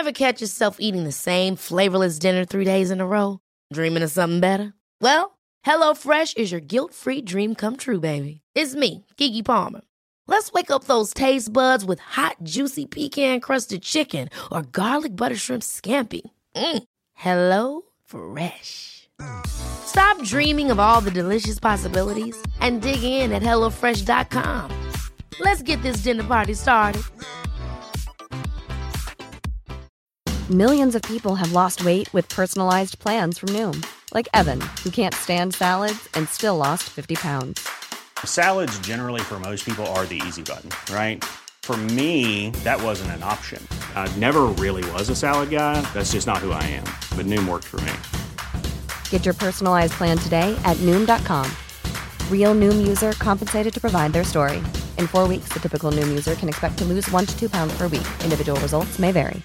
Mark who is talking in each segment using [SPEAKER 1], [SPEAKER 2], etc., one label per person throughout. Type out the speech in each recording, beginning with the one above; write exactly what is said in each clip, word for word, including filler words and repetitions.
[SPEAKER 1] Ever catch yourself eating the same flavorless dinner three days in a row? Dreaming of something better? Well, HelloFresh is your guilt-free dream come true, baby. It's me, Keke Palmer. Let's wake up those taste buds with hot, juicy pecan-crusted chicken or garlic butter shrimp scampi. Mm. Hello Fresh. Stop dreaming of all the delicious possibilities and dig in at hello fresh dot com. Let's get this dinner party started.
[SPEAKER 2] Millions of people have lost weight with personalized plans from Noom. Like Evan, who can't stand salads and still lost fifty pounds.
[SPEAKER 3] Salads generally for most people are the easy button, right? For me, that wasn't an option. I never really was a salad guy. That's just not who I am. But Noom worked for me.
[SPEAKER 2] Get your personalized plan today at Noom dot com. Real Noom user compensated to provide their story. In four weeks, the typical Noom user can expect to lose one to two pounds per week. Individual results may vary.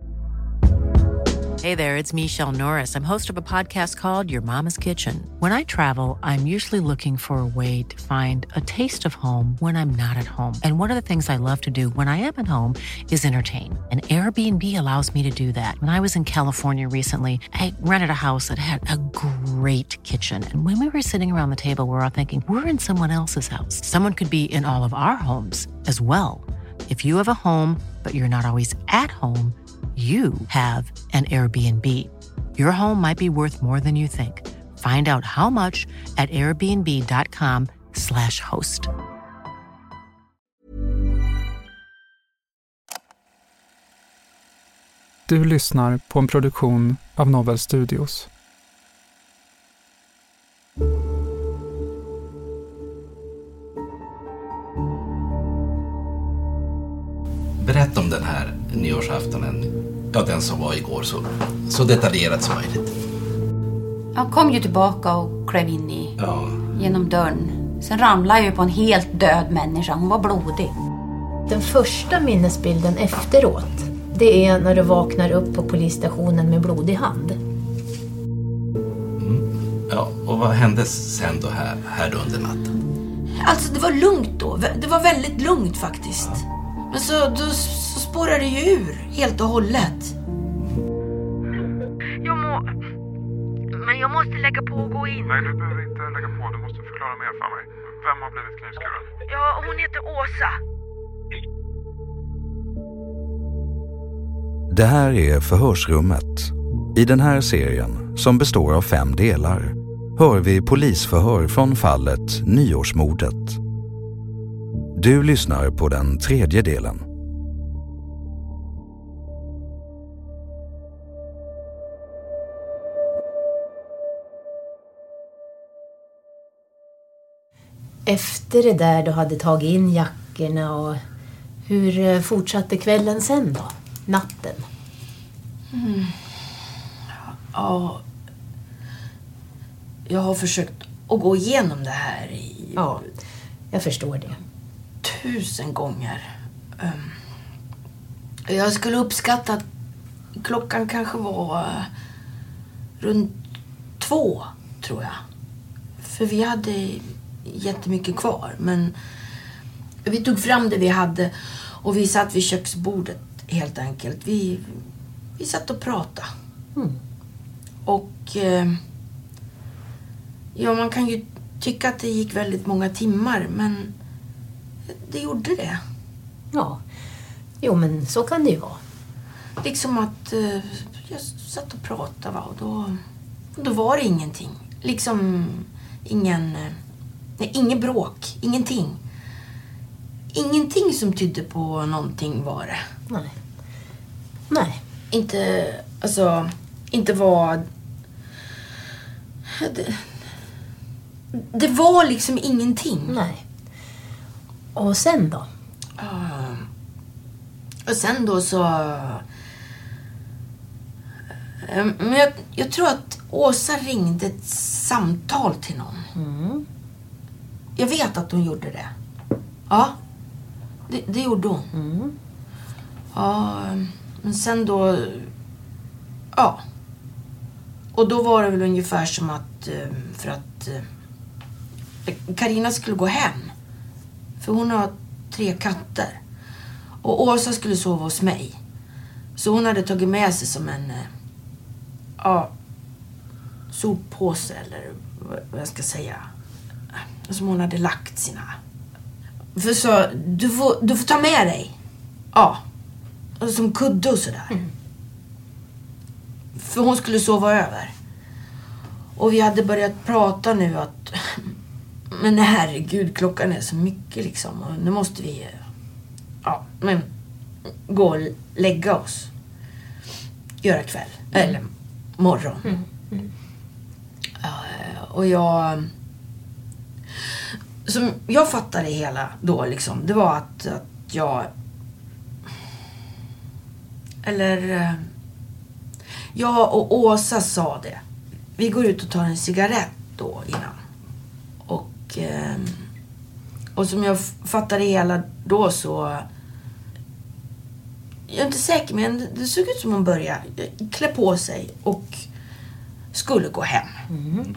[SPEAKER 4] Hey there, it's Michelle Norris. I'm host of a podcast called Your Mama's Kitchen. When I travel, I'm usually looking for a way to find a taste of home when I'm not at home. And one of the things I love to do when I am at home is entertain. And Airbnb allows me to do that. When I was in California recently, I rented a house that had a great kitchen. And when we were sitting around the table, we were all thinking, we're in someone else's house. Someone could be in all of our homes as well. If you have a home, but you're not always at home, you have an Airbnb. Your home might be worth more than you think. Find out how much at airbnb dot com slash host.
[SPEAKER 5] Du lyssnar på en produktion av Novel Studios.
[SPEAKER 6] Berätta om den här nyårsaftonen. Ja, den som var igår, så, så detaljerat som möjligt.
[SPEAKER 7] Jag kom ju tillbaka och klev in i
[SPEAKER 6] ja.
[SPEAKER 7] genom dörren. Sen ramlade jag ju på en helt död människa. Hon var blodig.
[SPEAKER 8] Den första minnesbilden efteråt, det är när du vaknar upp på polisstationen med blodig hand.
[SPEAKER 6] Mm. Ja, och vad hände sen då här, här då under natten?
[SPEAKER 9] Alltså det var lugnt då. Det var väldigt lugnt faktiskt. Ja. Men så, då, så spårade det ju ur helt och hållet.
[SPEAKER 10] Jag må... Men jag måste lägga på och gå in.
[SPEAKER 11] Nej, du behöver inte lägga på. Du måste förklara mer för mig. Vem har blivit knivskuren?
[SPEAKER 10] Ja, hon heter Åsa.
[SPEAKER 12] Det här är Förhörsrummet. I den här serien, som består av fem delar, hör vi polisförhör från fallet Nyårsmordet. Du lyssnar på den tredje delen.
[SPEAKER 8] Efter det där du hade tagit in jackorna, och hur fortsatte kvällen sen då? Natten?
[SPEAKER 9] Mm. Ja, jag har försökt att gå igenom det här i...
[SPEAKER 8] Ja, jag förstår det.
[SPEAKER 9] Tusen gånger. Um, jag skulle uppskatta att klockan kanske var uh, runt två, tror jag. För vi hade jättemycket kvar. Men vi tog fram det vi hade och vi satt vid köksbordet helt enkelt. Vi, vi satt och pratade.
[SPEAKER 8] Mm.
[SPEAKER 9] Och uh, ja, man kan ju tycka att det gick väldigt många timmar, men det gjorde det.
[SPEAKER 8] Ja, jo men så kan det ju vara.
[SPEAKER 9] Liksom att uh, jag satt och pratade, va? Och då, då var det ingenting. Liksom ingen, uh, nej, ingen bråk, ingenting. Ingenting som tydde på någonting var det.
[SPEAKER 8] Nej. Nej.
[SPEAKER 9] Inte, alltså, inte var... Det, det var liksom ingenting.
[SPEAKER 8] Nej. Och sen då?
[SPEAKER 9] Uh, och sen då så... Uh, men jag, jag tror att Åsa ringde ett samtal till någon.
[SPEAKER 8] Mm.
[SPEAKER 9] Jag vet att hon gjorde det. Ja, det, det gjorde hon.
[SPEAKER 8] Mm.
[SPEAKER 9] Ja, men sen då... Ja. Och då var det väl ungefär som att... För att... Carina skulle gå hem. För hon har tre katter. Och Åsa skulle sova hos mig. Så hon hade tagit med sig som en eh, ja, soppåse eller vad jag ska säga. Som hon hade lagt sina. För så, du får, du får ta med dig. Ja. Och som kudde och sådär. Mm. För hon skulle sova över. Och vi hade börjat prata nu att men herregud, klockan är så mycket liksom. Och nu måste vi ja, men gå och lägga oss. Göra kväll. Mm. Eller morgon. Mm. Mm. Ja, och jag... Som jag fattade hela då liksom. Det var att, att jag... Eller... Jag och Åsa sa det. Vi går ut och tar en cigarett då innan. Och... Och som jag fattade hela då så... Jag är inte säker, men det såg ut som hon började klä på sig och skulle gå hem. Mm.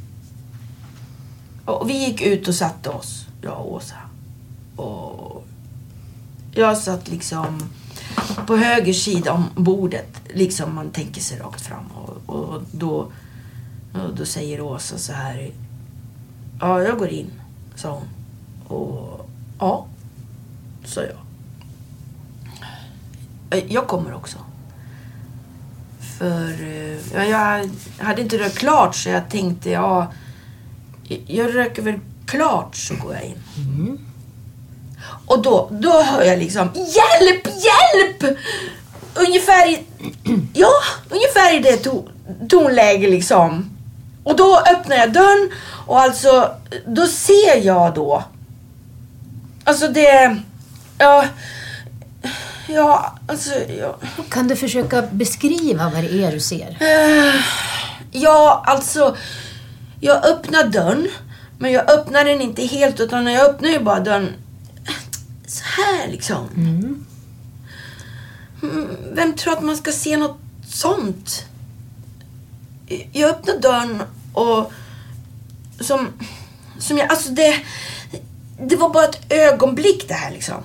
[SPEAKER 9] Och vi gick ut och satte oss, jag och Åsa. Och jag satt liksom på höger sida om bordet, liksom man tänker sig rakt fram. Och, och, då, och då säger Åsa så här: ja, jag går in, sa hon. Och ja, sa jag. Jag kommer också. För ja, jag hade inte rökt klart, så jag tänkte, ja, jag röker väl klart så går jag in. Mm. Och då, då hör jag liksom, hjälp, hjälp! Ungefär i, ja, ungefär i det to, tonläge liksom. Och då öppnar jag dörren och alltså, då ser jag då. Alltså det, ja... Ja, alltså... Ja.
[SPEAKER 8] Kan du försöka beskriva vad det är du ser?
[SPEAKER 9] Uh, ja, alltså... Jag öppnar dörren. Men jag öppnar den inte helt, utan jag öppnar ju bara dörren så här liksom. Mm. Vem tror att man ska se något sånt? Jag öppnar dörren och... Som... Som jag... Alltså det... Det var bara ett ögonblick det här liksom.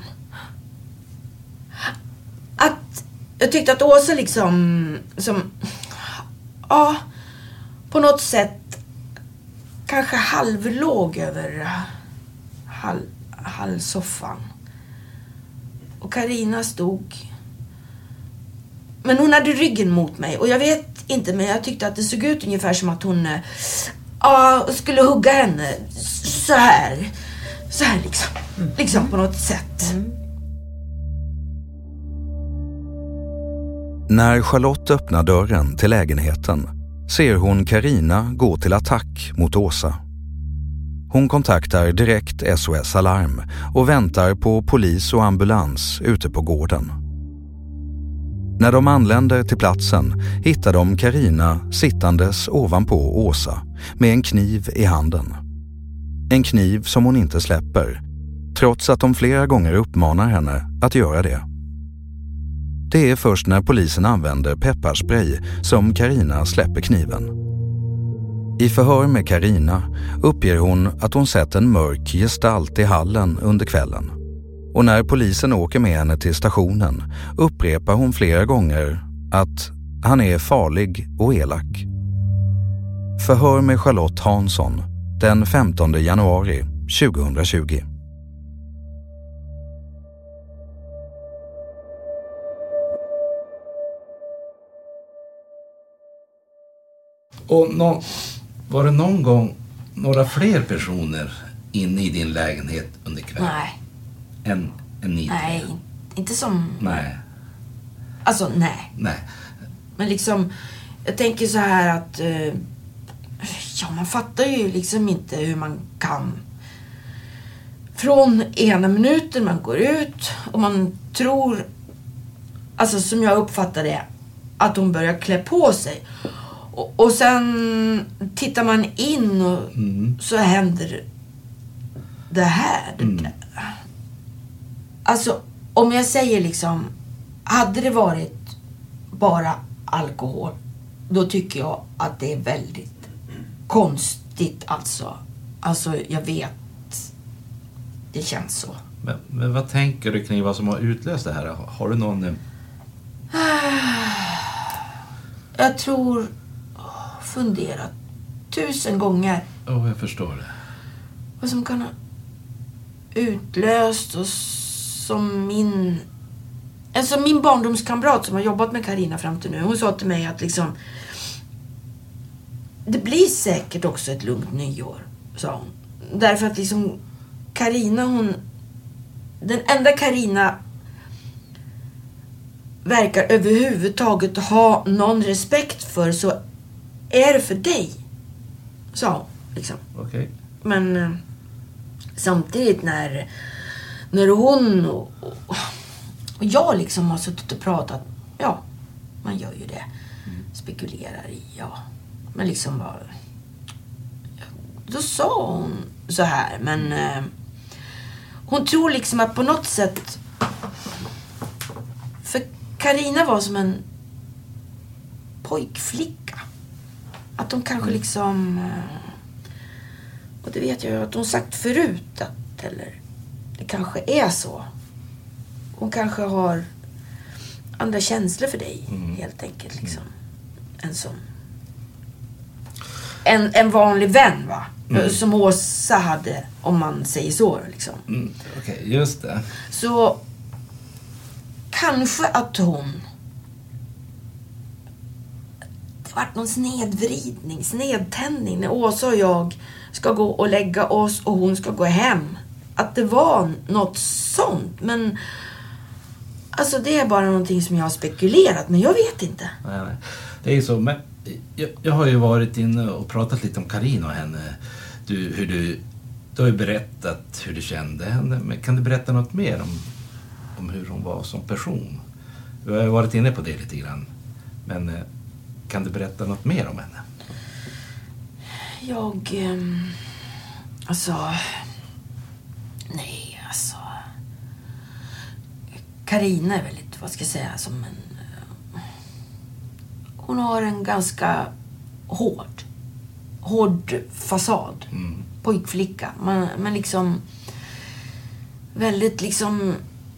[SPEAKER 9] Att jag tyckte att Åsa liksom som ja, på något sätt kanske halvlåg över halv, halvsoffan. Och Carina stod, men hon hade ryggen mot mig och jag vet inte, men jag tyckte att det såg ut ungefär som att hon ja, skulle hugga henne så här så här liksom, mm. liksom på något sätt. Mm.
[SPEAKER 12] När Charlotte öppnar dörren till lägenheten ser hon Carina gå till attack mot Åsa. Hon kontaktar direkt S O S Alarm och väntar på polis och ambulans ute på gården. När de anländer till platsen hittar de Carina sittandes ovanpå Åsa med en kniv i handen. En kniv som hon inte släpper, trots att de flera gånger uppmanar henne att göra det. Det är först när polisen använder pepparspray som Carina släpper kniven. I förhör med Carina uppger hon att hon sett en mörk gestalt i hallen under kvällen. Och när polisen åker med henne till stationen upprepar hon flera gånger att han är farlig och elak. Förhör med Charlotte Hansson den femtonde januari tjugohundratjugo.
[SPEAKER 6] Och no, var det någon gång några fler personer inne i din lägenhet under kvällen?
[SPEAKER 9] Nej.
[SPEAKER 6] Än, än ni?
[SPEAKER 9] Nej, inte som...
[SPEAKER 6] Nej.
[SPEAKER 9] Alltså, nej.
[SPEAKER 6] Nej.
[SPEAKER 9] Men liksom, jag tänker så här att... Eh, ja, man fattar ju liksom inte hur man kan... Från ena minuten man går ut och man tror... Alltså, som jag uppfattar det, att hon börjar klä på sig. Och, och sen tittar man in och mm. så händer det här. Mm. Alltså, om jag säger liksom, hade det varit bara alkohol, då tycker jag att det är väldigt konstigt alltså. Alltså, jag vet, det känns så.
[SPEAKER 6] Men, men vad tänker du kring vad som har utlöst det här? Har du någon
[SPEAKER 9] Jag tror... funderat tusen gånger.
[SPEAKER 6] Ja, oh, jag förstår det.
[SPEAKER 9] Vad som kan ha utlöst och som min... Alltså min barndomskamrat som har jobbat med Carina fram till nu. Hon sa till mig att liksom... Det blir säkert också ett lugnt nyår, sa hon. Därför att liksom Carina, hon... Den enda Carina verkar överhuvudtaget ha någon respekt för, så är det för dig. Så, liksom.
[SPEAKER 6] Okej. Okay.
[SPEAKER 9] Men eh, samtidigt när, när hon och, och, och jag liksom har suttit och pratat, ja, man gör ju det. Mm. Spekulerar i, ja. Men liksom bara... Ja, då sa hon så här, men eh, hon tror liksom att på något sätt... För Carina var som en pojkflicka. Att de kanske liksom... Och det vet jag ju att hon sagt förut att, eller det kanske är så. Hon kanske har andra känslor för dig, mm. helt enkelt liksom. En som... En, en vanlig vän, va? Mm. Som Åsa hade, om man säger så, liksom.
[SPEAKER 6] Mm. Okej, okay, just det.
[SPEAKER 9] Så kanske att hon... Det vart någon snedvridning, snedtändning när Åsa och jag ska gå och lägga oss och hon ska gå hem. Att det var något sånt. Men alltså det är bara någonting som jag har spekulerat, men jag vet inte.
[SPEAKER 6] Nej, nej. Det är ju så, men jag, jag har ju varit inne och pratat lite om Carina och henne. Du, hur du, du har ju berättat hur du kände henne, men kan du berätta något mer om, om hur hon var som person? Du har ju varit inne på det lite grann, men kan du berätta något mer om henne?
[SPEAKER 9] Jag... Um, alltså... Nej, alltså... Carina är väldigt, vad ska jag säga, som en... Uh, hon har en ganska hård... Hård fasad. Mm. Pojkflicka. Man, men liksom... Väldigt liksom...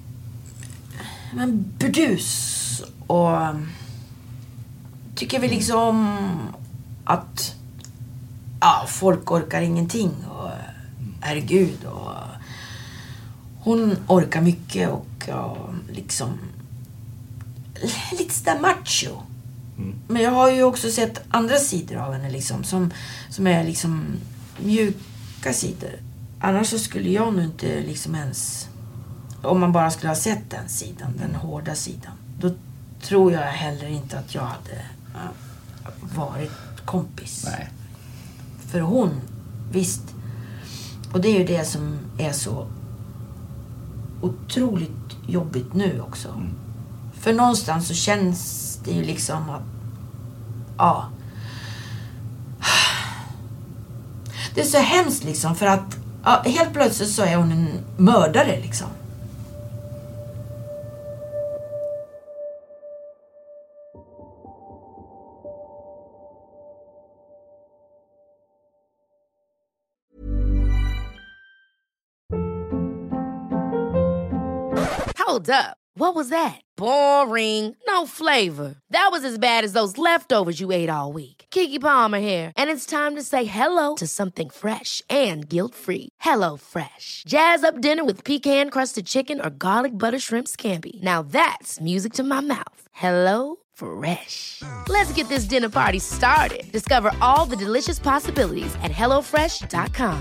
[SPEAKER 9] Men burdus. Och... Tycker vi liksom att ja, folk orkar ingenting och herregud, och hon orkar mycket och ja, liksom lite sådär macho. Mm. Men jag har ju också sett andra sidor av henne liksom, som, som är liksom mjuka sidor. Annars så skulle jag nog inte liksom ens, om man bara skulle ha sett den sidan, den hårda sidan, då tror jag heller inte att jag hade varit kompis.
[SPEAKER 6] Nej.
[SPEAKER 9] För hon, visst. Och det är ju det som är så otroligt jobbigt nu också. Mm. För någonstans så känns det ju liksom att ja. Det är så hemskt liksom, för att ja, helt plötsligt så är hon en mördare liksom.
[SPEAKER 1] Hold up. What was that? Boring. No flavor. That was as bad as those leftovers you ate all week. Keke Palmer here, and it's time to say hello to something fresh and guilt-free. Hello Fresh. Jazz up dinner with pecan-crusted chicken or garlic butter shrimp scampi. Now that's music to my mouth. Hello Fresh. Let's get this dinner party started. Discover all the delicious possibilities at hello fresh dot com.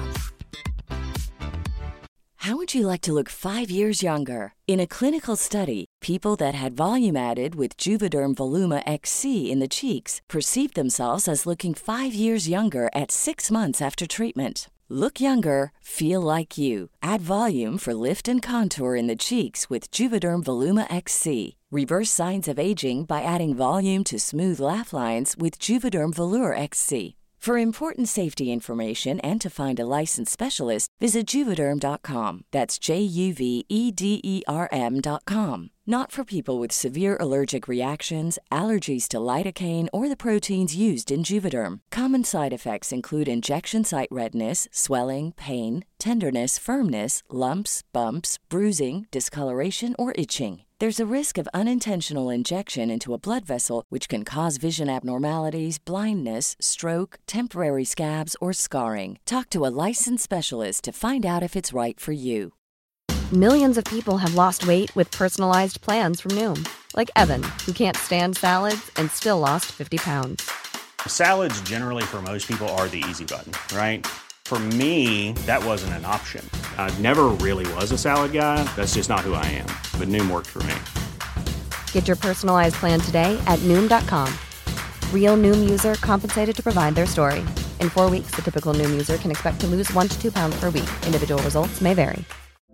[SPEAKER 13] How would you like to look five years younger? In a clinical study, people that had volume added with Juvederm Voluma X C in the cheeks perceived themselves as looking five years younger at six months after treatment. Look younger, feel like you. Add volume for lift and contour in the cheeks with Juvederm Voluma X C. Reverse signs of aging by adding volume to smooth laugh lines with Juvederm Volure X C. For important safety information and to find a licensed specialist, visit Juvederm dot com. That's J U V E D E R M dot com. Not for people with severe allergic reactions, allergies to lidocaine, or the proteins used in Juvederm. Common side effects include injection site redness, swelling, pain, tenderness, firmness, lumps, bumps, bruising, discoloration, or itching. There's a risk of unintentional injection into a blood vessel, which can cause vision abnormalities, blindness, stroke, temporary scabs, or scarring. Talk to a licensed specialist to find out if it's right for you.
[SPEAKER 2] Millions of people have lost weight with personalized plans from Noom. Like Evan, who can't stand salads and still lost fifty pounds.
[SPEAKER 3] Salads generally for most people are the easy button, right? For me, that wasn't an option. I never really was a salad guy. That's just not who I am. But Noom worked for me.
[SPEAKER 2] Get your personalized plan today at Noom dot com. Real Noom user compensated to provide their story. In four weeks, the typical Noom user can expect to lose one to two pounds per week. Individual results may vary.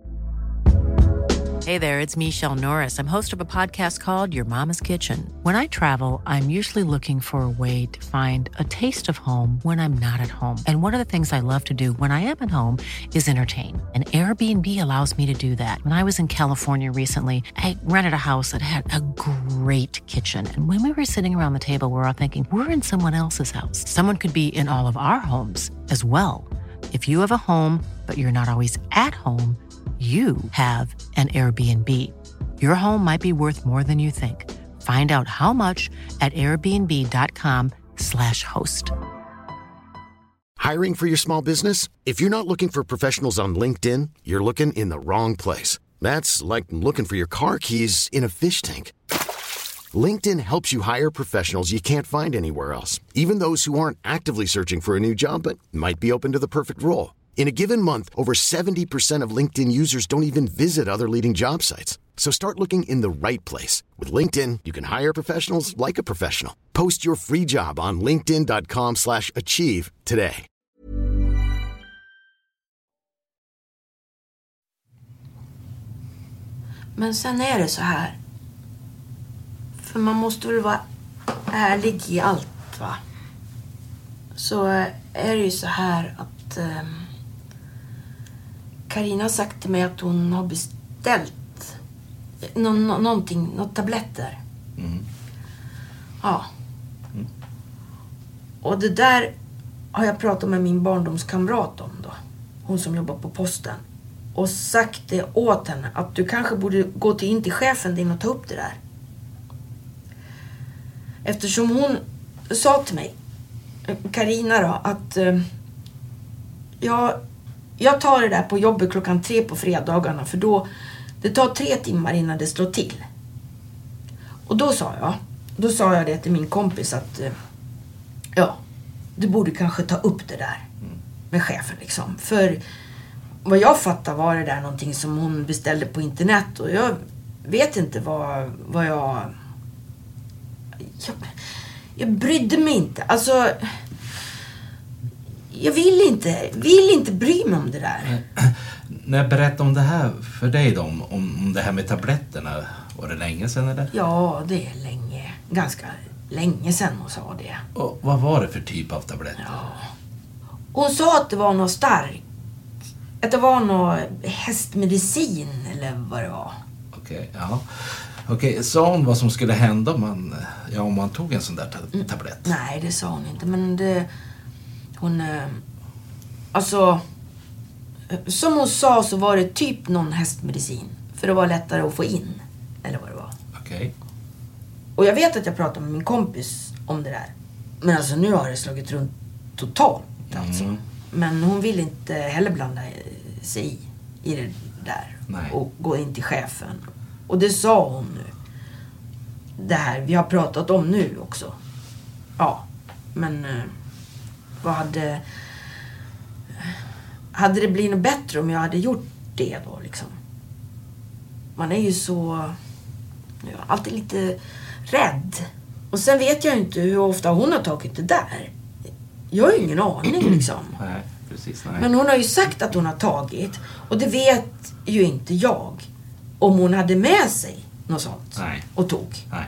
[SPEAKER 4] Hey there, it's Michelle Norris. I'm host of a podcast called Your Mama's Kitchen. When I travel, I'm usually looking for a way to find a taste of home when I'm not at home. And one of the things I love to do when I am at home is entertain. And Airbnb allows me to do that. When I was in California recently, I rented a house that had a great kitchen. And when we were sitting around the table, we were all thinking, we're in someone else's house. Someone could be in all of our homes as well. If you have a home, but you're not always at home, you have an Airbnb. Your home might be worth more than you think. Find out how much at airbnb.com slash host.
[SPEAKER 14] Hiring for your small business? If you're not looking for professionals on LinkedIn, you're looking in the wrong place. That's like looking for your car keys in a fish tank. LinkedIn helps you hire professionals you can't find anywhere else, even those who aren't actively searching for a new job but might be open to the perfect role. In a given month, over seventy percent of LinkedIn users don't even visit other leading job sites. So start looking in the right place. With LinkedIn, you can hire professionals like a professional. Post your free job on linkedin.com slash achieve today.
[SPEAKER 9] Men sen är det så här. För man måste väl vara ärlig i allt, va? Så är det ju så här att... Um, Carina har sagt till mig att hon har beställt nå- nå- någonting, något tabletter.
[SPEAKER 6] Mm.
[SPEAKER 9] Ja.
[SPEAKER 6] Mm.
[SPEAKER 9] Och det där har jag pratat med min barndomskamrat om då. Hon som jobbar på posten. Och sagt det åt henne att du kanske borde gå till in till chefen din och ta upp det där. Eftersom hon sa till mig, Carina då, att uh, jag... Jag tar det där på jobbet klockan tre på fredagarna. För då, det tar tre timmar innan det slår till. Och då sa jag, då sa jag det till min kompis att, ja, du borde kanske ta upp det där med chefen liksom. För vad jag fattar var det där någonting som hon beställde på internet. Och jag vet inte vad, vad jag, jag... Jag brydde mig inte. Alltså... Jag vill inte, vill inte bry mig om det där.
[SPEAKER 6] När jag berättade om det här för dig då, om, om det här med tabletterna, var det länge sedan eller?
[SPEAKER 9] Ja, det är länge. Ganska länge sedan hon sa det.
[SPEAKER 6] Och vad var det för typ av tabletter?
[SPEAKER 9] Ja. Hon sa att det var något starkt. Att det var något hästmedicin eller vad det var.
[SPEAKER 6] Okej, okay, ja. Okej, okay, sa hon vad som skulle hända om man, ja, om man tog en sån där ta- tablett?
[SPEAKER 9] Mm. Nej, det sa hon inte. Men det... Hon, alltså, som hon sa så var det typ någon hästmedicin. För det var lättare att få in, eller vad det var.
[SPEAKER 6] Okej. Okay.
[SPEAKER 9] Och jag vet att jag pratade med min kompis om det där. Men alltså nu har det slagit runt totalt alltså. Mm. Men hon vill inte heller blanda sig i, i det där.
[SPEAKER 6] Nej.
[SPEAKER 9] Och gå in till chefen. Och det sa hon nu. Det här vi har pratat om nu också. Ja, men... Vad hade... Hade det blivit något bättre om jag hade gjort det då liksom? Man är ju så... Jag är alltid lite rädd. Och sen vet jag inte hur ofta hon har tagit det där. Jag har ju ingen aning liksom.
[SPEAKER 6] Nej, precis. Nej.
[SPEAKER 9] Men hon har ju sagt att hon har tagit. Och det vet ju inte jag. Om hon hade med sig något sånt.
[SPEAKER 6] Nej.
[SPEAKER 9] Och tog.
[SPEAKER 6] Nej.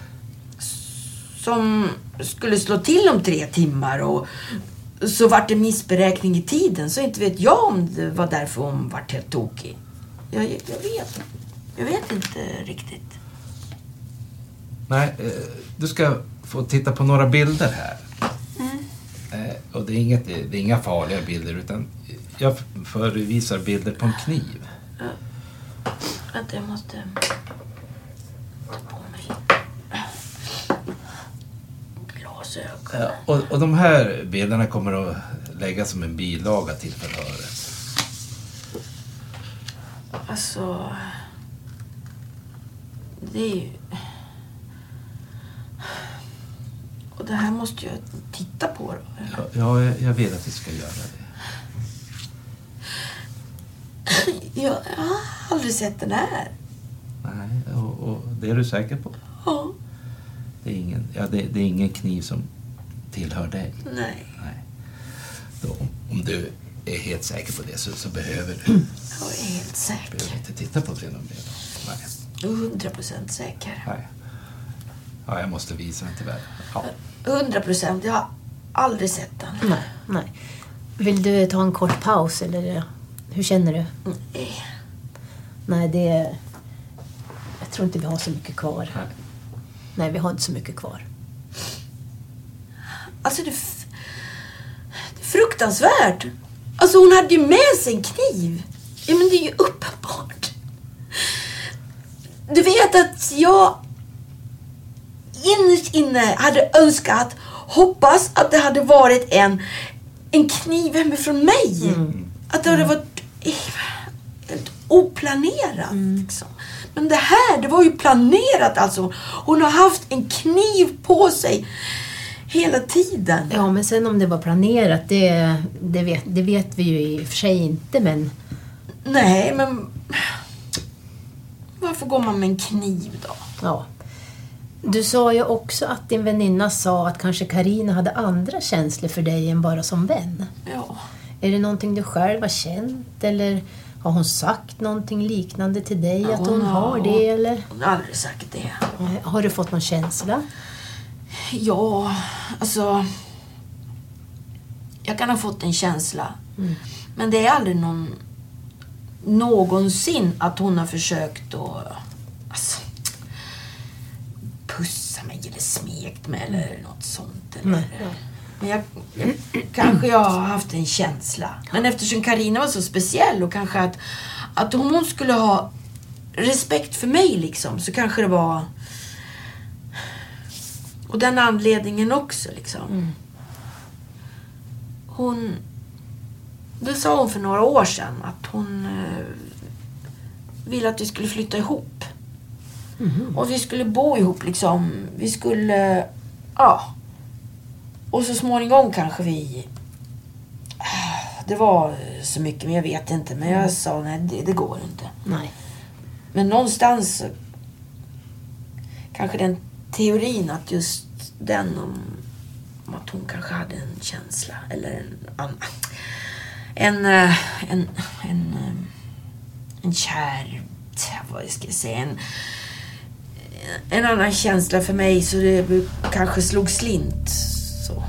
[SPEAKER 9] Som skulle slå till om tre timmar och så vart det missberäkning i tiden, så inte vet jag om det var därför hon vart helt tokig. Jag, jag vet jag vet inte riktigt.
[SPEAKER 6] Nej, du ska få titta på några bilder här. Mm. Och det är, inget, det är inga farliga bilder, utan jag förevisar bilder på en kniv.
[SPEAKER 9] Ja. Vänta, jag måste... glasögon.
[SPEAKER 6] Ja, och, och de här bilderna kommer att läggas som en bilaga till förhöret.
[SPEAKER 9] Alltså... Det är ju... Och det här måste jag titta på då.
[SPEAKER 6] Ja, ja jag, jag vet att vi ska göra det.
[SPEAKER 9] Jag, jag har aldrig sett den här.
[SPEAKER 6] Nej, och, och det är du säker på?
[SPEAKER 9] Ja.
[SPEAKER 6] Det är ingen, ja, det, det är ingen kniv som tillhör dig?
[SPEAKER 9] Nej.
[SPEAKER 6] Nej. Då, om du är helt säker på det så, så behöver du...
[SPEAKER 9] Jag är helt säker.
[SPEAKER 6] Behöver inte titta på det någon mer då. Nej.
[SPEAKER 9] Hundra procent säker.
[SPEAKER 6] Nej. Ja, jag måste visa den tyvärr. Ja.
[SPEAKER 9] Hundra procent. Jag har aldrig sett den.
[SPEAKER 8] Nej, nej. Vill du ta en kort paus eller hur känner du?
[SPEAKER 9] Nej.
[SPEAKER 8] Nej, det är... Jag tror inte vi har så mycket kvar.
[SPEAKER 6] Nej.
[SPEAKER 8] Nej, vi har inte så mycket kvar.
[SPEAKER 9] Alltså det är, f- det är fruktansvärt. Alltså hon hade ju med sig en kniv. Ja, men det är ju uppenbart. Du vet att jag innerst inne hade önskat, hoppas att det hade varit en, en kniv hemifrån mig. Mm. Att det hade varit helt oplanerat. Mm. Liksom. Men det här, det var ju planerat alltså. Hon har haft en kniv på sig hela tiden.
[SPEAKER 8] Ja, men sen om det var planerat, det, det, vet, det vet vi ju i och för sig inte, men...
[SPEAKER 9] Nej, men... Varför går man med en kniv då?
[SPEAKER 8] Ja. Du sa ju också att din väninna sa att kanske Carina hade andra känslor för dig än bara som vän.
[SPEAKER 9] Ja.
[SPEAKER 8] Är det någonting du själv har känt, eller har hon sagt någonting liknande till dig, ja, att hon, hon har, har det, eller?
[SPEAKER 9] Hon har aldrig sagt det.
[SPEAKER 8] Har du fått någon känsla?
[SPEAKER 9] Ja, alltså... Jag kan ha fått en känsla. Mm. Men det är aldrig någon... någonsin att hon har försökt att... Alltså, pussa mig eller smekt mig eller något sånt. Eller,
[SPEAKER 8] Nej, ja.
[SPEAKER 9] Men jag, jag, kanske jag har haft en känsla. Men eftersom Carina var så speciell och kanske att, att om hon skulle ha respekt för mig liksom, så kanske det var... Och den anledningen också liksom. Mm. Hon... Det sa hon för några år sedan att hon eh, ville att vi skulle flytta ihop. Mm. Och vi skulle bo ihop liksom. Vi skulle... Ja. Och så småningom kanske vi... Det var så mycket, men jag vet inte. Men jag sa, nej, det, det går inte.
[SPEAKER 8] Nej.
[SPEAKER 9] Men någonstans... Kanske den teorin att just den om, om att hon kanske hade en känsla. Eller en annan... En, en, en, en kär... Vad ska jag säga? En, en annan känsla för mig, så det kanske slog slint. Så.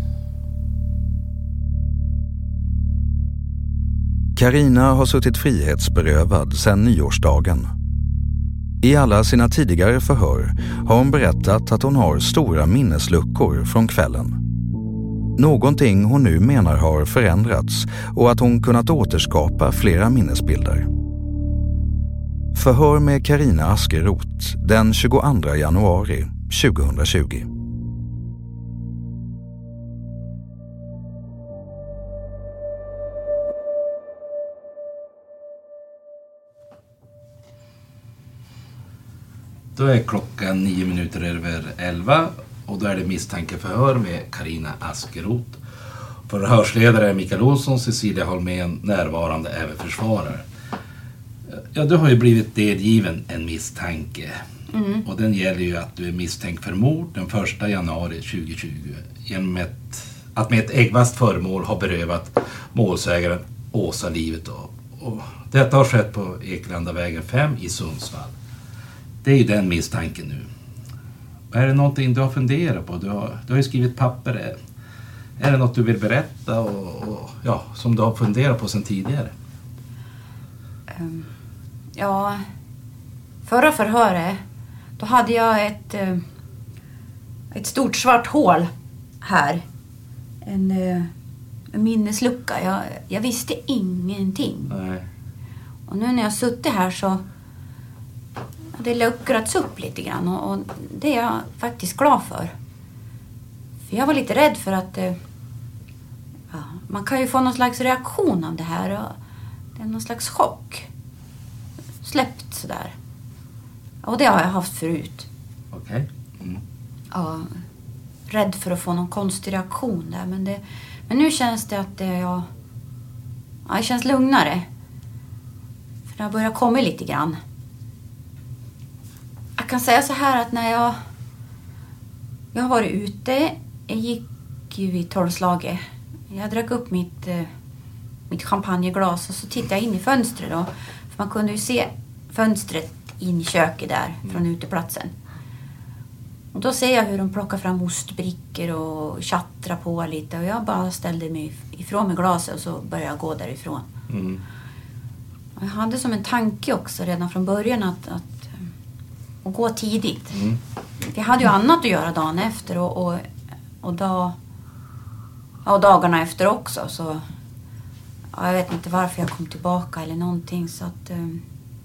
[SPEAKER 12] Carina har suttit frihetsberövad sedan nyårsdagen. I alla sina tidigare förhör har hon berättat att hon har stora minnesluckor från kvällen. Någonting hon nu menar har förändrats och att hon kunnat återskapa flera minnesbilder. Förhör med Carina Askeroth den tjugoandra januari tjugohundratjugo.
[SPEAKER 6] Då är klockan nio minuter över elva och då är det misstankeförhör med Carina Askeroth. Förhörsledare är Mikael Olsson, Cecilia Holmén, närvarande även försvarare. Ja, du har ju blivit delgiven en misstanke. Mm. Och den gäller ju att du är misstänkt för mord den första januari tjugohundratjugo genom ett, att med ett äggvast föremål har berövat målsägaren Åsa livet. Och, och detta har skett på Eklandavägen fem i Sundsvall. Det är ju den misstanken nu. Är det någonting du har funderat på? Du har, du har ju skrivit papper. Är, är det något du vill berätta och, och, ja, som du har funderat på sedan tidigare?
[SPEAKER 7] Um, ja, förra förhöret då hade jag ett, ett stort svart hål här. En, en minneslucka. Jag, jag visste ingenting.
[SPEAKER 6] Nej.
[SPEAKER 7] Och nu när jag suttit här så har det luckrats upp lite grann. Och, och det är jag faktiskt glad för. För jag var lite rädd för att eh, ja, man kan ju få någon slags reaktion av det här. Och det är någon slags chock. Släppt sådär. Och det har jag haft förut.
[SPEAKER 6] Okej. Okay. Mm.
[SPEAKER 7] Ja, rädd för att få någon konstig reaktion där. Men, det, men nu känns det att det, jag, ja, det känns lugnare. För det har börjat komma lite grann. Jag kan säga så här att när jag... Jag har varit ute. Jag gick ju i tolvslaget. Jag drack upp mitt, mitt champagneglas och så tittade jag in i fönstret då. För man kunde ju se fönstret in i köket där mm. från uteplatsen. Och då ser jag hur de plockar fram ostbrickor och tjattrar på lite. Och jag bara ställde mig ifrån med glaset och så började jag gå därifrån. Mm. Och jag hade som en tanke också redan från början att, att, att gå tidigt. Mm. Jag hade ju annat att göra dagen efter och, och, och, dag, och dagarna efter också. Så ja, jag vet inte varför jag kom tillbaka eller någonting. Så att, um,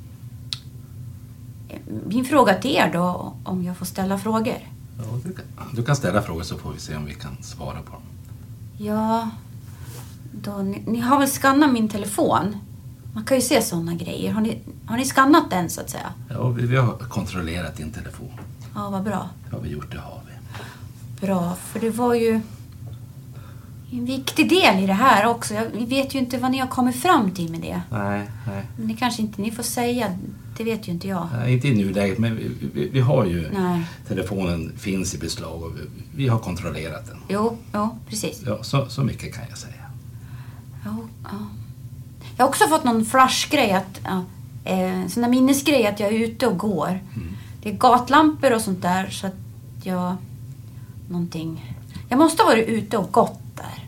[SPEAKER 7] min fråga till er då, om jag får ställa frågor.
[SPEAKER 6] Ja, du, kan, du kan ställa frågor så får vi se om vi kan svara på dem.
[SPEAKER 7] Ja, då, ni, ni har väl skannat min telefon? Man kan ju se sådana grejer. Har ni, har ni skannat den så att säga?
[SPEAKER 6] Ja, vi, vi har kontrollerat din telefon.
[SPEAKER 7] Ja, vad bra.
[SPEAKER 6] Det har vi gjort, det har vi.
[SPEAKER 7] Bra, för det var ju en viktig del i det här också. Jag, vi vet ju inte vad ni har kommit fram till med det.
[SPEAKER 6] Nej, nej.
[SPEAKER 7] Men det kanske inte ni får säga, det vet ju inte jag.
[SPEAKER 6] Nej, inte i nuläget, men vi, vi, vi har ju...
[SPEAKER 7] Nej.
[SPEAKER 6] Telefonen finns i beslag och vi, vi har kontrollerat den.
[SPEAKER 7] Jo, jo, precis.
[SPEAKER 6] Ja, så, så mycket kan jag säga.
[SPEAKER 7] Jo, ja. Jag har också fått någon flashgrej, att, ja, eh, sån där minnesgrej att jag är ute och går. Mm. Det är gatlampor och sånt där så att jag... Någonting... Jag måste ha varit ute och gått där.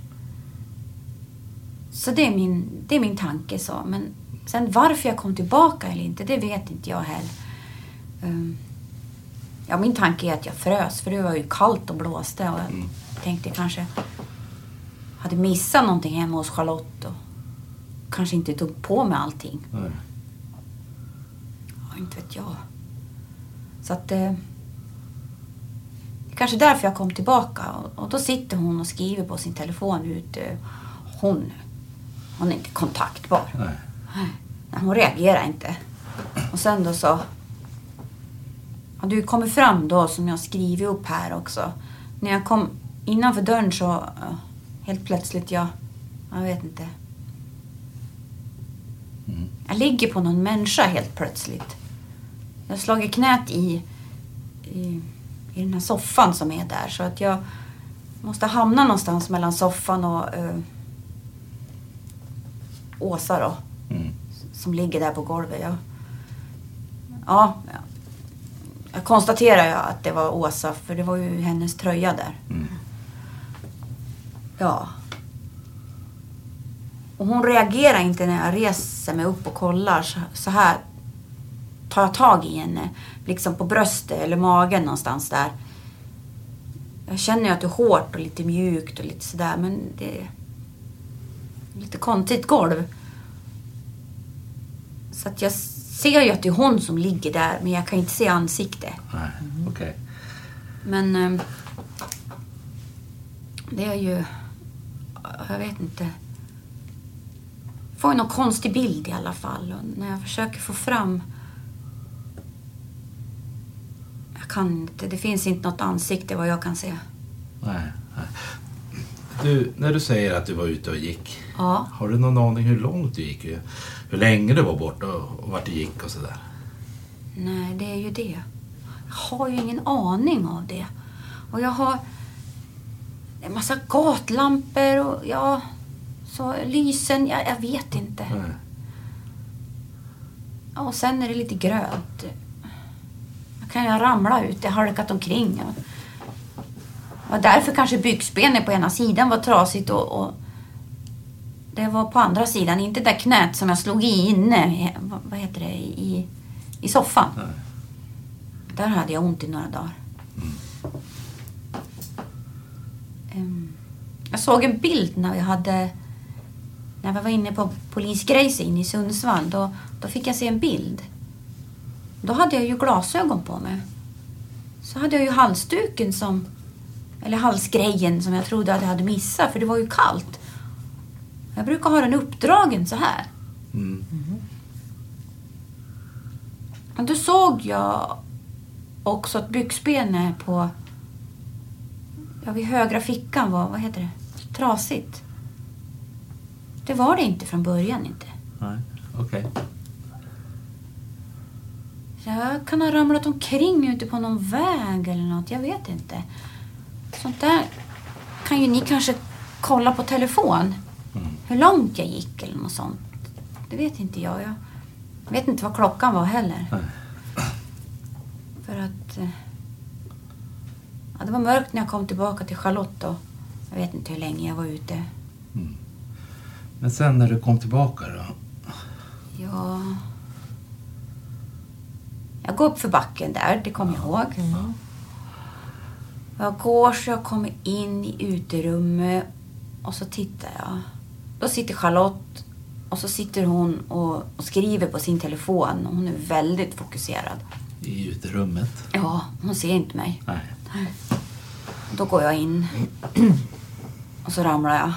[SPEAKER 7] Så det är min, det är min tanke så. Men sen varför jag kom tillbaka eller inte, det vet inte jag heller. Um, ja, min tanke är att jag frös. För det var ju kallt och blåste. Och jag mm. tänkte kanske... Hade missat någonting hemma hos Charlotte. Och kanske inte tog på med allting.
[SPEAKER 6] Nej.
[SPEAKER 7] Ja, inte vet jag. Så att... Eh, kanske därför jag kom tillbaka. Och, och då sitter hon och skriver på sin telefon ut. Hon, hon är inte kontaktbar.
[SPEAKER 6] Nej.
[SPEAKER 7] Nej, hon reagerar inte. Och sen då så... Ja, du kommer fram då som jag skriver upp här också. När jag kom innanför dörren så... Helt plötsligt jag... Jag vet inte. Mm. Jag ligger på någon människa helt plötsligt. Jag har slagit knät i... i i den här soffan som är där. Så att jag måste hamna någonstans mellan soffan och uh, Åsa då. Mm. Som ligger där på golvet. Jag, ja, ja, jag konstaterar ju att det var Åsa. För det var ju hennes tröja där. Mm. Ja. Och hon reagerar inte när jag reser mig upp och kollar. Så, så här tar jag tag i henne. Liksom på bröstet eller magen någonstans där. Jag känner ju att det är hårt och lite mjukt och lite sådär. Men det är lite konstigt golv. Så att jag ser ju att det är hon som ligger där. Men jag kan inte se ansikte.
[SPEAKER 6] Nej, okej. Okay.
[SPEAKER 7] Men ähm, det är ju... Jag vet inte. Jag får ju någon konstig bild i alla fall. Och när jag försöker få fram... Kan inte, det finns inte något ansikte vad jag kan se.
[SPEAKER 6] Nej, nej. Du, när du säger att du var ute och gick.
[SPEAKER 7] Ja.
[SPEAKER 6] Har du någon aning hur långt du gick? Hur länge du var borta och, och vart du gick och sådär?
[SPEAKER 7] Nej, det är ju det. Jag har ju ingen aning av det. Och jag har en massa gatlampor och ja, så lysen, jag, jag vet inte.
[SPEAKER 6] Nej.
[SPEAKER 7] Ja, och sen är det lite grönt. Kan jag ramla ut, jag har halkat omkring. Och därför kanske byxbenet på ena sidan var trasigt och, och det var på andra sidan, inte det knät som jag slog i inne, vad heter det, i, i soffan. Nej. Där hade jag ont i några dagar. Mm. Um, jag såg en bild när vi hade, när vi var inne på polisgrejs inne i Sundsvall, då, då fick jag se en bild. Då hade jag ju glasögon på mig. Så hade jag ju halsduken som eller halsgrejen som jag trodde att jag hade missat, för det var ju kallt. Jag brukar ha den uppdragen så här.
[SPEAKER 6] Mm.
[SPEAKER 7] Mm. Och då såg jag också att byxbenet på, ja, vid högra fickan var, vad heter det, trasigt. Det var det inte från början inte.
[SPEAKER 6] Nej, okej. Okay.
[SPEAKER 7] Jag kan ha ramlat omkring ute på någon väg eller något, jag vet inte. Sånt där kan ju ni kanske kolla på telefon. Mm. Hur långt jag gick eller något sånt. Det vet inte jag. Jag vet inte vad klockan var heller. Nej. För att ja, det var mörkt när jag kom tillbaka till Charlotte och jag vet inte hur länge jag var ute.
[SPEAKER 6] Mm. Men sen när du kom tillbaka då?
[SPEAKER 7] Ja... Jag går upp för backen där, det kommer jag ihåg. Mm. Jag går så jag kommer in i uterummet och så tittar jag. Då sitter Charlotte och så sitter hon och, och skriver på sin telefon. Hon är väldigt fokuserad.
[SPEAKER 6] I uterummet?
[SPEAKER 7] Ja, hon ser inte mig.
[SPEAKER 6] Nej.
[SPEAKER 7] Då går jag in och så ramlar jag.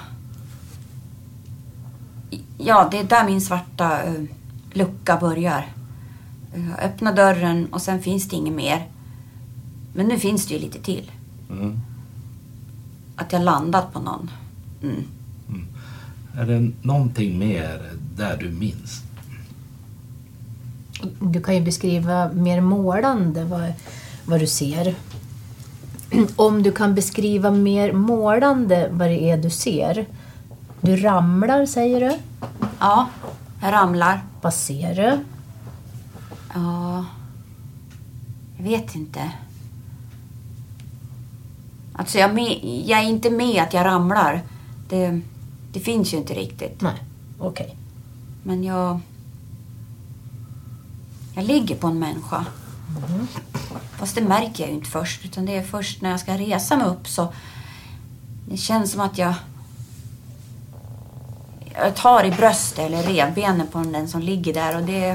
[SPEAKER 7] Ja, det är där min svarta uh, lucka börjar. Jag öppnar dörren och sen finns det inget mer. Men nu finns det ju lite till. Mm. Att jag landat på någon. Mm.
[SPEAKER 6] Mm. Är det någonting mer där du minns?
[SPEAKER 8] Du kan ju beskriva mer målande vad, vad du ser. Om du kan beskriva mer målande vad det är du ser. Du ramlar, säger du?
[SPEAKER 7] Ja, jag ramlar.
[SPEAKER 8] Vad ser du?
[SPEAKER 7] Ja, jag vet inte. Alltså jag, med, jag är inte med att jag ramlar. Det, det finns ju inte riktigt.
[SPEAKER 8] Nej, okej. Okay.
[SPEAKER 7] Men jag... Jag ligger på en människa. Mm. Fast det märker jag ju inte först. Utan det är först när jag ska resa mig upp så... Det känns som att jag... Jag tar i bröstet eller revbenen på den som ligger där. Och det...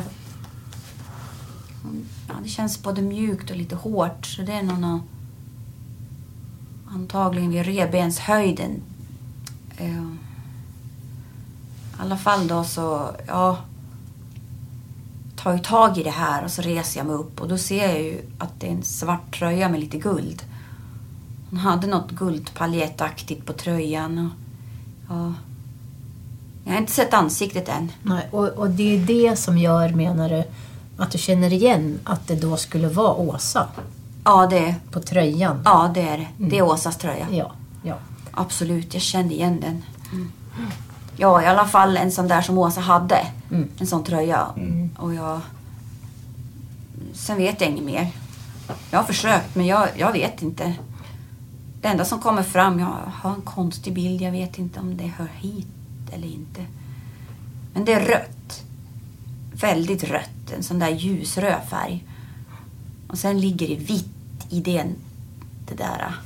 [SPEAKER 7] Ja, det känns både mjukt och lite hårt. Så det är nog någon... Antagligen vid revbenshöjden. Uh, I alla fall då så... Ja... Tar ju tag i det här och så reser jag mig upp. Och då ser jag ju att det är en svart tröja med lite guld. Hon hade något guldpaljettaktigt på tröjan. Och, ja... Jag har inte sett ansiktet än.
[SPEAKER 8] Nej, och, och det är det som gör, menar du, att du känner igen att det då skulle vara Åsa?
[SPEAKER 7] Ja, det är.
[SPEAKER 8] På tröjan?
[SPEAKER 7] Ja, det är det. Mm. Det är Åsas tröja.
[SPEAKER 8] Ja, ja.
[SPEAKER 7] Absolut, jag kände igen den. Mm. Ja, i alla fall en sån där som Åsa hade. Mm. En sån tröja. Mm. Och jag... Sen vet jag inget mer. Jag har försökt, men jag, jag vet inte. Det enda som kommer fram, jag har en konstig bild. Jag vet inte om det hör hit eller inte. Men det är rött. Väldigt rött. En sån där ljusröd färg. Och sen ligger det vitt i den, det där.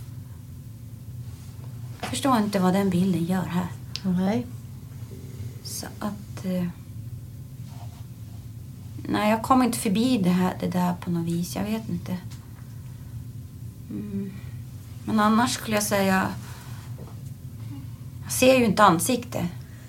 [SPEAKER 7] Jag förstår inte vad den bilden gör här.
[SPEAKER 8] Nej.
[SPEAKER 7] Så att... Eh, nej, jag kommer inte förbi det, här, det där på något vis. Jag vet inte. Mm. Men annars skulle jag säga... Jag ser ju inte ansikte.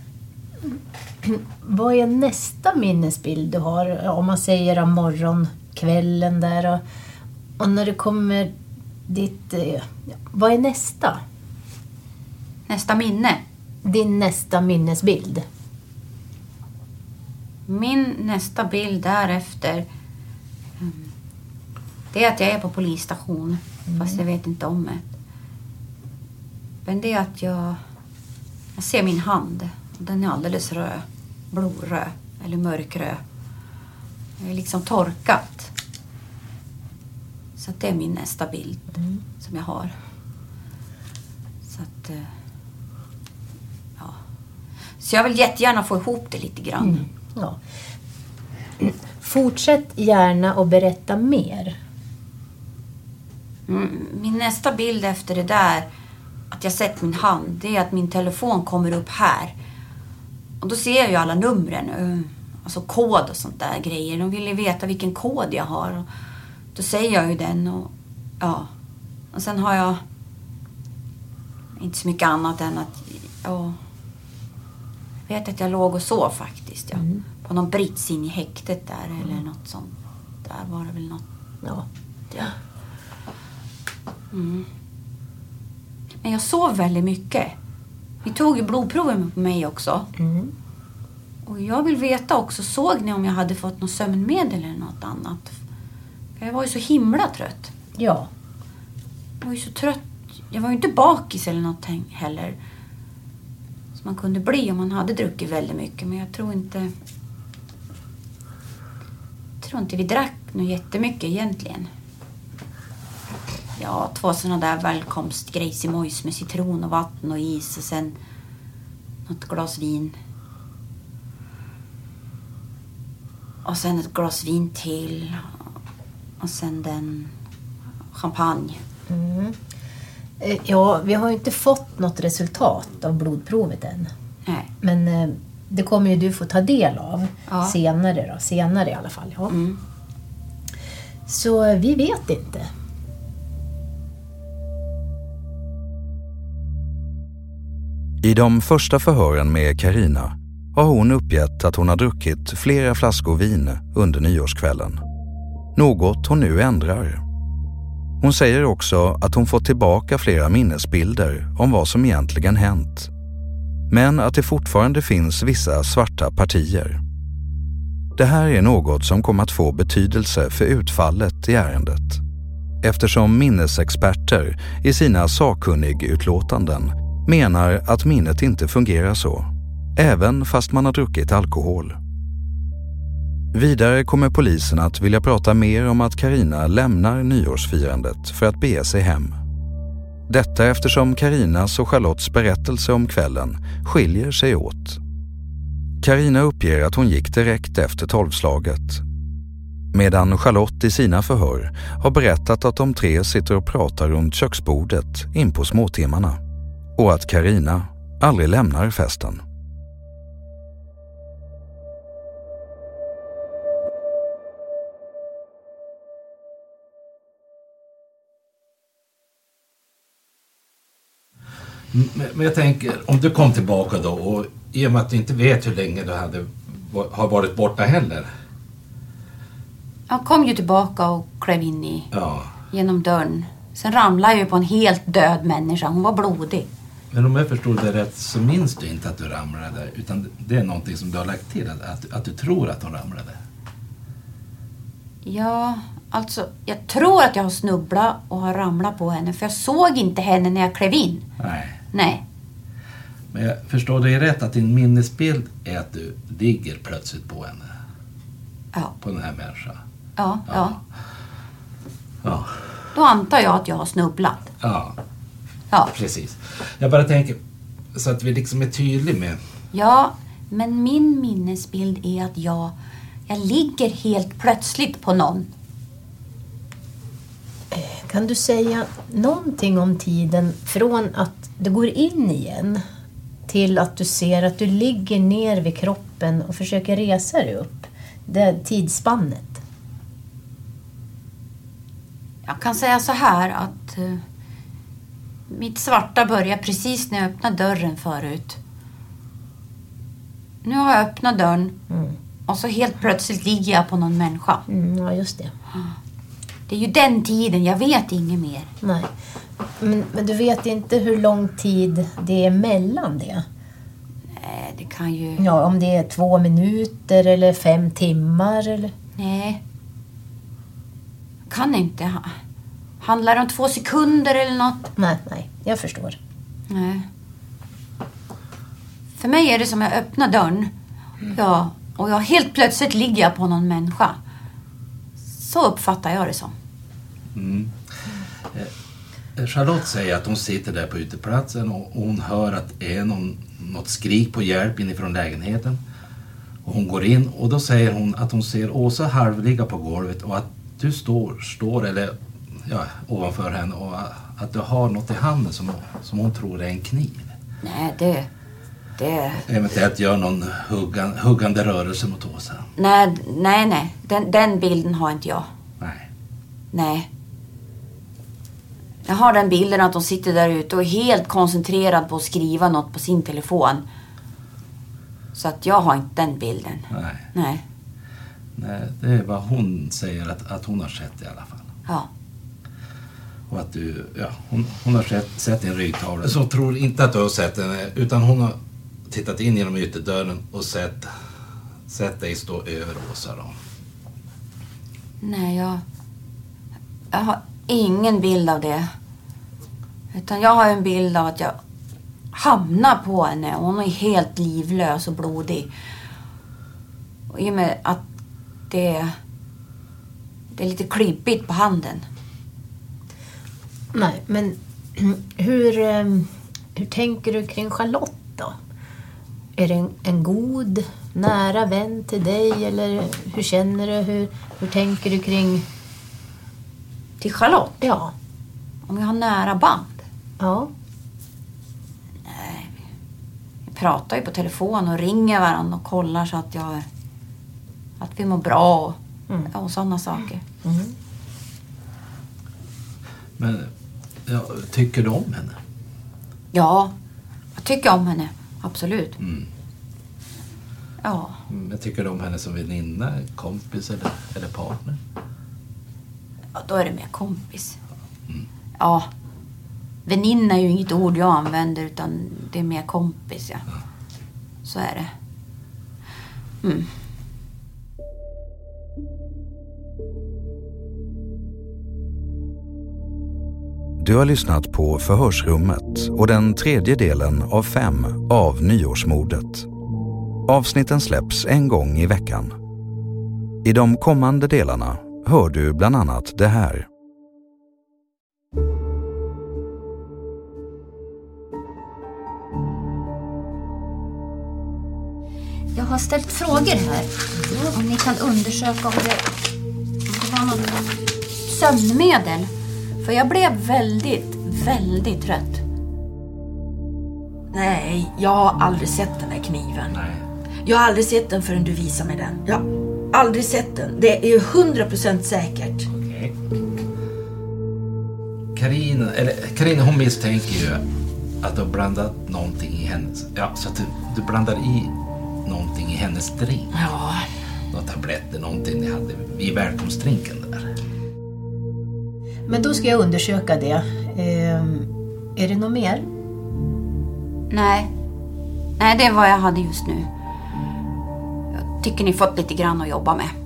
[SPEAKER 8] Vad är nästa minnesbild du har? Om man säger av morgonkvällen där. Och, och när det kommer ditt... Vad är nästa?
[SPEAKER 7] Nästa minne?
[SPEAKER 8] Din nästa minnesbild.
[SPEAKER 7] Min nästa bild därefter... Det är att jag är på polisstation. Mm. Fast jag vet inte om det. Men det är att jag... Jag ser min hand. Den är alldeles röd. Blodröd. Eller mörkröd. Det är liksom torkat. Så att det är min nästa bild. Mm. Som jag har. Så att... Ja. Så jag vill jättegärna få ihop det lite grann.
[SPEAKER 8] Mm. Ja. Fortsätt gärna och berätta mer.
[SPEAKER 7] Mm. Min nästa bild efter det där... Att jag sett min hand, det är att min telefon kommer upp här. Och då ser jag ju alla numren. Alltså kod och sånt där grejer. De vill ju veta vilken kod jag har. Och då säger jag ju den. Och, ja. Och sen har jag inte så mycket annat än att... Ja, jag vet att jag låg och sov faktiskt. Ja. Mm. På någon brits in i häktet där mm. eller något sånt. Där var det väl något.
[SPEAKER 8] Ja.
[SPEAKER 7] ja. Mm. Men jag sov väldigt mycket. Vi tog ju blodprover på mig också. Mm. Och jag vill veta också, såg ni om jag hade fått något sömnmedel eller något annat? För jag var ju så himla trött.
[SPEAKER 8] Ja.
[SPEAKER 7] Jag var ju så trött. Jag var ju inte bakis eller någonting heller. Som man kunde bli om man hade druckit väldigt mycket. Men jag tror inte... Jag tror inte vi drack något jättemycket egentligen. Ja, två sådana där välkomstgrejs i mojs med citron och vatten och is. Och sen något glas vin. Och sen ett glas vin till. Och sen den champagne.
[SPEAKER 8] Mm. Ja, vi har ju inte fått något resultat av blodprovet än.
[SPEAKER 7] Nej.
[SPEAKER 8] Men eh, det kommer ju du få ta del av
[SPEAKER 7] ja.
[SPEAKER 8] senare då. Senare i alla fall, ja.
[SPEAKER 7] Mm.
[SPEAKER 8] Så vi vet inte.
[SPEAKER 12] I de första förhören med Carina har hon uppgett att hon har druckit flera flaskor vin under nyårskvällen. Något hon nu ändrar. Hon säger också att hon fått tillbaka flera minnesbilder om vad som egentligen hänt. Men att det fortfarande finns vissa svarta partier. Det här är något som kommer att få betydelse för utfallet i ärendet. Eftersom minnesexperter i sina sakkunnigutlåtanden menar att minnet inte fungerar så, även fast man har druckit alkohol. Vidare kommer polisen att vilja prata mer om att Carina lämnar nyårsfirandet för att bege sig hem. Detta eftersom Carinas och Charlottes berättelse om kvällen skiljer sig åt. Carina uppger att hon gick direkt efter tolvslaget, medan Charlotte i sina förhör har berättat att de tre sitter och pratar runt köksbordet in på småtimmarna och att Carina aldrig lämnar festen.
[SPEAKER 6] Men jag tänker, om du kom tillbaka då och i och med att du inte vet hur länge du hade, har varit borta heller.
[SPEAKER 7] Jag kom ju tillbaka och klev in i
[SPEAKER 6] ja.
[SPEAKER 7] genom dörren. Sen ramlade jag ju på en helt död människa. Hon var blodig.
[SPEAKER 6] Men om jag förstod det rätt så minns du inte att du ramlade. Utan det är någonting som du har lagt till. Att, att, att du tror att hon ramlade.
[SPEAKER 7] Ja, alltså jag tror att jag har snubblat och har ramlat på henne. För jag såg inte henne när jag klev in.
[SPEAKER 6] Nej.
[SPEAKER 7] Nej.
[SPEAKER 6] Men jag förstår dig rätt att din minnesbild är att du ligger plötsligt på henne.
[SPEAKER 7] Ja.
[SPEAKER 6] På den här människan.
[SPEAKER 7] Ja, ja. ja.
[SPEAKER 6] ja.
[SPEAKER 7] Då antar jag att jag har snubblat.
[SPEAKER 6] Ja.
[SPEAKER 7] Ja.
[SPEAKER 6] Precis. Jag bara tänker så att vi liksom är tydliga med...
[SPEAKER 7] Ja, men min minnesbild är att jag, jag ligger helt plötsligt på någon.
[SPEAKER 8] Kan du säga någonting om tiden från att du går in igen till att du ser att du ligger ner vid kroppen och försöker resa dig upp? Det tidsspannet.
[SPEAKER 7] Jag kan säga så här att uh, mitt svarta börjar precis när jag öppnar dörren förut. Nu har jag öppnat dörren mm. och så helt plötsligt ligger jag på någon människa.
[SPEAKER 8] Mm, ja, just det.
[SPEAKER 7] Det är ju den tiden, jag vet inget mer.
[SPEAKER 8] Nej, men, men du vet inte hur lång tid det är mellan det?
[SPEAKER 7] Nej, det kan ju...
[SPEAKER 8] Ja, om det är två minuter eller fem timmar eller...
[SPEAKER 7] Nej. Kan inte. Handlar det om två sekunder eller något?
[SPEAKER 8] Nej, nej, jag förstår.
[SPEAKER 7] Nej. För mig är det som jag öppnar dörren. Mm. Ja, och jag helt plötsligt ligger jag på någon människa. Så uppfattar jag det som.
[SPEAKER 6] Mm. Charlotte säger att hon sitter där på uteplatsen och hon hör att det är någon, något skrik på hjälp inifrån lägenheten. Och hon går in och då säger hon att hon ser Åsa halvligga på golvet och att du står, står eller, ja, ovanför henne och att du har något i handen som, som hon tror är en kniv.
[SPEAKER 7] Nej, det... det...
[SPEAKER 6] Eventuellt gör någon huggan, huggande rörelse mot Åsa.
[SPEAKER 7] Nej, nej, nej. Den, den bilden har inte jag.
[SPEAKER 6] Nej.
[SPEAKER 7] Nej. Jag har den bilden att de sitter där ute och är helt koncentrerad på att skriva något på sin telefon. Så att jag har inte den bilden.
[SPEAKER 6] Nej.
[SPEAKER 7] Nej.
[SPEAKER 6] Nej, det är vad hon säger att, att hon har sett i alla fall.
[SPEAKER 7] Ja.
[SPEAKER 6] Och att du, ja, hon, hon har sett, sett en ryggtavla. Så tror inte att du har sett den, utan hon har tittat in genom ytterdörren och sett, sett dig stå över Åsa då.
[SPEAKER 7] Nej, jag... Jag har ingen bild av det. Utan jag har en bild av att jag hamnar på henne. Och hon är helt livlös och blodig. Och i och med att det, det är lite klibbigt på handen.
[SPEAKER 8] Nej, men hur, hur tänker du kring Charlotte då? Är det en, en god, nära vän till dig? Eller hur känner du? Hur, hur tänker du kring...
[SPEAKER 7] Till Charlotte?
[SPEAKER 8] Ja.
[SPEAKER 7] Om jag har nära band?
[SPEAKER 8] Ja.
[SPEAKER 7] Nej, vi pratar ju på telefon och ringer varandra och kollar så att jag... Att vi mår bra och, mm. och sådana saker.
[SPEAKER 8] Mm.
[SPEAKER 6] Men ja, tycker du om henne?
[SPEAKER 7] Ja, jag tycker om henne. Absolut.
[SPEAKER 6] Mm.
[SPEAKER 7] Ja.
[SPEAKER 6] Men tycker du om henne som väninna, kompis eller, eller partner?
[SPEAKER 7] Ja, då är det mer kompis.
[SPEAKER 6] Mm.
[SPEAKER 7] Ja. Väninna är ju inget ord jag använder, utan det är mer kompis, ja. ja. Så är det. Mm.
[SPEAKER 12] Du har lyssnat på Förhörsrummet och den tredje delen av fem av Nyårsmordet. Avsnitten släpps en gång i veckan. I de kommande delarna hör du bland annat det här.
[SPEAKER 7] Jag har ställt frågor här. Om ni kan undersöka om det, om det var något sömnmedel. För jag blev väldigt, väldigt trött.
[SPEAKER 9] Nej, jag har aldrig sett den här kniven.
[SPEAKER 6] Nej.
[SPEAKER 9] Jag har aldrig sett den förrän du visar mig den. Jag har aldrig sett den. Det är ju hundra procent säkert.
[SPEAKER 6] Okej. Carina, eller Carina, hon misstänker ju att du har blandat någonting i hennes... Ja, så att du, du blandar i någonting i hennes drink.
[SPEAKER 9] Ja.
[SPEAKER 6] Några tabletter, någonting ni hade i välkomstdrinken där.
[SPEAKER 8] Men då ska jag undersöka det. Eh, är det något mer?
[SPEAKER 7] Nej. Nej, det är vad jag hade just nu. Jag tycker ni fått lite grann att jobba med.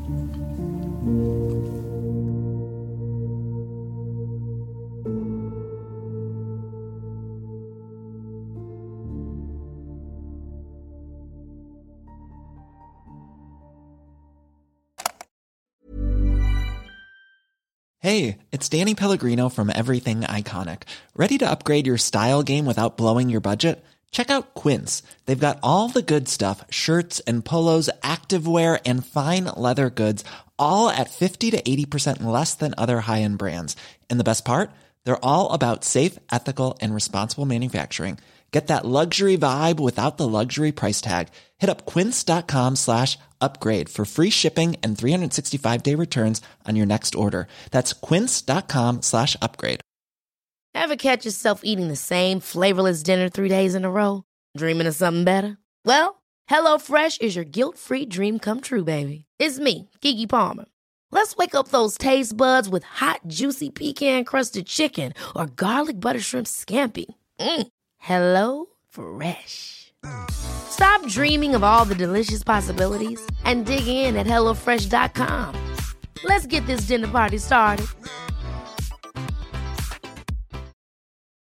[SPEAKER 15] Hey, it's Danny Pellegrino from Everything Iconic. Ready to upgrade your style game without blowing your budget? Check out Quince. They've got all the good stuff, shirts and polos, activewear and fine leather goods, all at fifty to eighty percent less than other high-end brands. And the best part? They're all about safe, ethical and responsible manufacturing. Get that luxury vibe without the luxury price tag. Hit up quince.com slash upgrade for free shipping and three sixty-five day returns on your next order. That's quince.com slash upgrade.
[SPEAKER 1] Ever catch yourself eating the same flavorless dinner three days in a row? Dreaming of something better? Well, HelloFresh is your guilt-free dream come true, baby. It's me, Keke Palmer. Let's wake up those taste buds with hot, juicy pecan-crusted chicken or garlic butter shrimp scampi. Mm. Hello Fresh. Stop dreaming of all the delicious possibilities and dig in at hello fresh dot com. Let's get this dinner party started.